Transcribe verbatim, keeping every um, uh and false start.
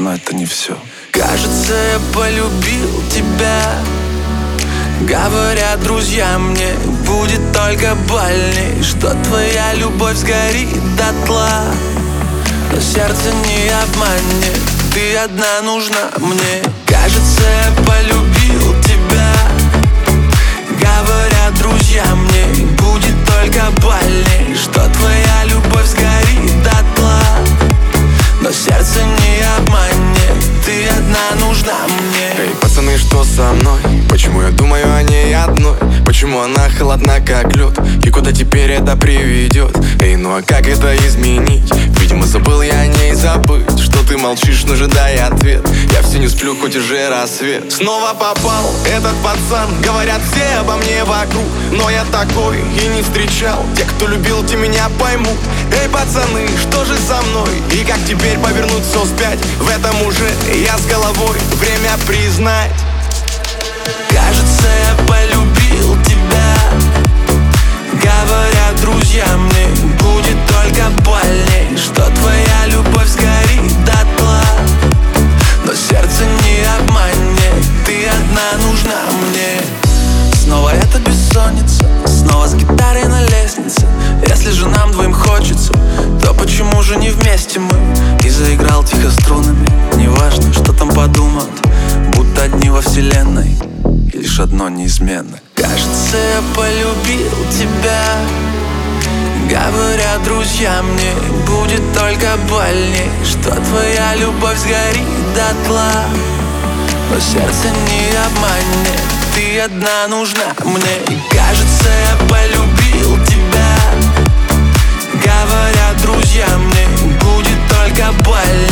но это не все. Кажется, я полюбил тебя. Говорят друзья мне, будет только больней, что твоя любовь сгорит дотла. Но сердце не обманет, ты одна нужна мне. Кажется, я полюбил тебя. Говорят друзья мне, будет только больней, что твоя любовь сгорит дотла. Но сердце не обманет, ты одна нужна мне. Эй, пацаны, что со мной? Почему я думаю о ней одной? Почему она холодна, как лед? И куда теперь это приведет? Эй, ну а как это изменить? Видимо, забыл я о ней забыть. Что ты молчишь, ну ожидай ответ. Я все не сплю, хоть уже рассвет. Снова попал этот пацан. Говорят все обо мне вокруг, но я такой и не встречал. Те, кто любил, те меня поймут. Эй, пацаны, что же со мной? И как теперь повернуть все вспять? В этом уже я с головой, время признать. Кажется, я полюбил тебя. Говорят друзья мне, будет только больней, что твоя любовь сгорит дотла. Но сердце не обманет, ты одна нужна мне. Снова эта бессонница, снова с гитарой на лестнице. Если же нам двоим хочется, то почему же не вместе мы? И заиграл тихо струнами. Неважно, что там подумают, будто одни во вселенной, и лишь одно неизменно. Кажется, я полюбил тебя. Говорят друзья мне, будет только больней, что твоя любовь сгорит дотла. Но сердце не обманет, ты одна нужна мне. И кажется, я полюбил тебя. Говорят друзья мне, будет только больно,